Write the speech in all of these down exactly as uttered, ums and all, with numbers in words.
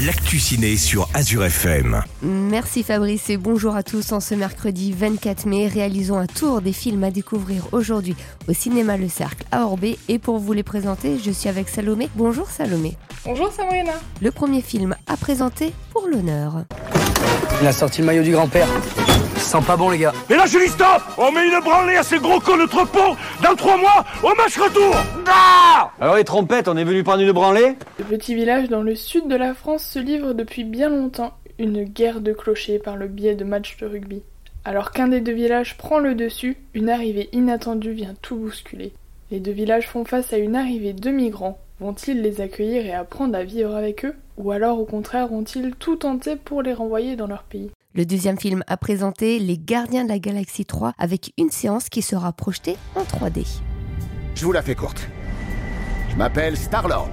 l'actu ciné sur Azure F M. Merci Fabrice et bonjour à tous. En ce mercredi vingt-quatre mai, réalisons un tour des films à découvrir aujourd'hui au cinéma Le Cercle à Orbey. Et pour vous les présenter, je suis avec Salomé. Bonjour Salomé. Bonjour Sabrina. Le premier film à présenter pour l'honneur. Il a sorti le maillot du grand-père. Ça sent pas bon les gars. Et là je dis stop. On met une branlée à ces gros cons de Trepont. Dans trois mois, au match retour. Ah Alors les trompettes, on est venu prendre une branlée. Ce petit village dans le sud de la France se livre depuis bien longtemps une guerre de clochers par le biais de matchs de rugby. Alors qu'un des deux villages prend le dessus, une arrivée inattendue vient tout bousculer. Les deux villages font face à une arrivée de migrants. Vont-ils les accueillir et apprendre à vivre avec eux? Ou alors au contraire vont-ils tout tenter pour les renvoyer dans leur pays? Le deuxième film à présenter, Les Gardiens de la Galaxie trois, avec une séance qui sera projetée en trois D. Je vous la fais courte. Je m'appelle Star-Lord.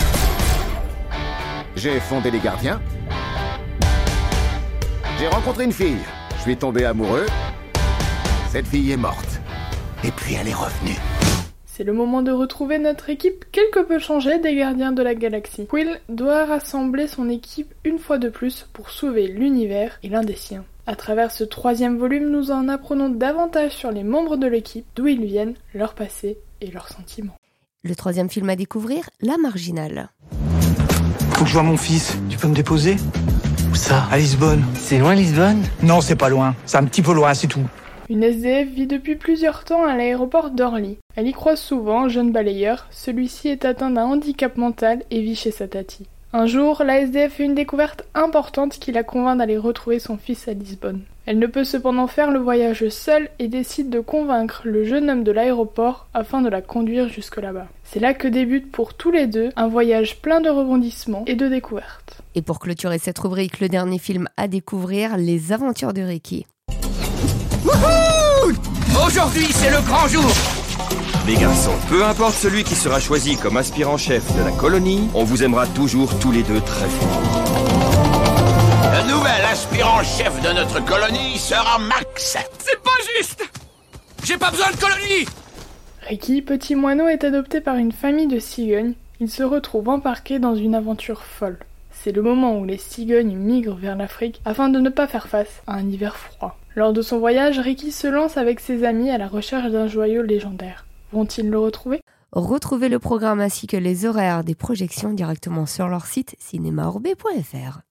J'ai fondé les Gardiens. J'ai rencontré une fille. Je suis tombé amoureux. Cette fille est morte. Et puis elle est revenue. C'est le moment de retrouver notre équipe quelque peu changée des Gardiens de la Galaxie. Quill doit rassembler son équipe une fois de plus pour sauver l'univers et l'un des siens. À travers ce troisième volume, nous en apprenons davantage sur les membres de l'équipe, d'où ils viennent, leur passé et leurs sentiments. Le troisième film à découvrir, La Marginale. Faut que je voie mon fils. Tu peux me déposer? Où ça? À Lisbonne. C'est loin Lisbonne? Non, c'est pas loin. C'est un petit peu loin, c'est tout. Une S D F vit depuis plusieurs temps à l'aéroport d'Orly. Elle y croise souvent un jeune balayeur. Celui-ci est atteint d'un handicap mental et vit chez sa tati. Un jour, la S D F fait une découverte importante qui la convainc d'aller retrouver son fils à Lisbonne. Elle ne peut cependant faire le voyage seule et décide de convaincre le jeune homme de l'aéroport afin de la conduire jusque là-bas. C'est là que débute pour tous les deux un voyage plein de rebondissements et de découvertes. Et pour clôturer cette rubrique, le dernier film à découvrir, Les Aventures de Ricky. Wouhou! Aujourd'hui, c'est le grand jour. Les garçons, peu importe celui qui sera choisi comme aspirant-chef de la colonie, on vous aimera toujours tous les deux très fort. Le nouvel aspirant-chef de notre colonie sera Max. C'est pas juste. J'ai pas besoin de colonie. Ricky, petit moineau, est adopté par une famille de cigognes. Il se retrouve embarqué dans une aventure folle. C'est le moment où les cigognes migrent vers l'Afrique afin de ne pas faire face à un hiver froid. Lors de son voyage, Ricky se lance avec ses amis à la recherche d'un joyau légendaire. Vont-ils le retrouver? Retrouvez le programme ainsi que les horaires des projections directement sur leur site cinéma orbey point f r.